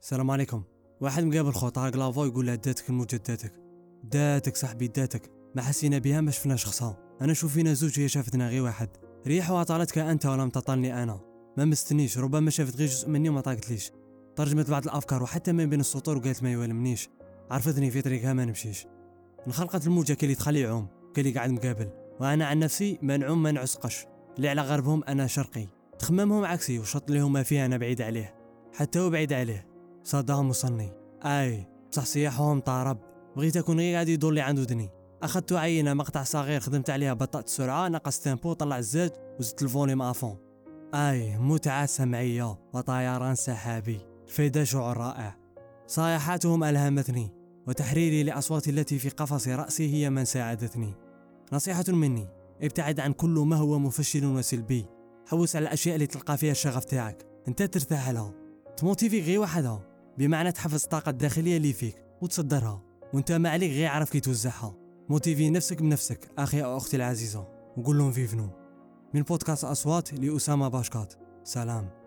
السلام عليكم. واحد مقابل خوه طارق لافو يقول له داتك المجداتك. داتك صاحبي داتك، ما حسينا بها ما شفناش شخصها. انا شوف فينا زوج هي شافتنا غير واحد. ريحها طالتك انت ولم تطلني انا. ما مستنيش، ربما شافت غير جزء مني وما طاقتليش. ترجمت بعض الافكار وحتى من بين السطور وقالت ما يولمنيش. عرفتني في طريقها ما نمشيش. انخلقت الموجه كلي تخلي يعوم كلي قاعد مقابل، وانا عن نفسي ما نعوم ما نعسقش. اللي على غربهم انا شرقي، تخممهم عكسي وشط لهم ما فيها انا بعيد عليه، حتى هو بعيد عليه. صدهم وصلني بصح صياحهم طارب. بغيت اكون غير قاعد يدور لي عند ودني. اخذت عينه مقطع صغير خدمت عليها بطأت السرعه، نقص تيمبو، طلع الزاج وزدت الفوليوم افون. متعه سمعيه وطيران سحابي، فدا شعور رائع. صياحاتهم الهمتني، وتحريري لاصوات التي في قفص راسي هي من ساعدتني. نصيحه مني، ابتعد عن كل ما هو مفشل وسلبي. حوس على الاشياء اللي تلقى فيها الشغف تاعك، انت ترتاح لها، تموتيفي غير وحدها، بمعنى تحفز الطاقه الداخليه اللي فيك وتصدرها، وانت ما عليك غير عارف كي توزعها. موتيفي نفسك بنفسك اخي او اختي العزيزه، وقول لهم فيفنو. من بودكاست اصوات لاسامه باشكات. سلام.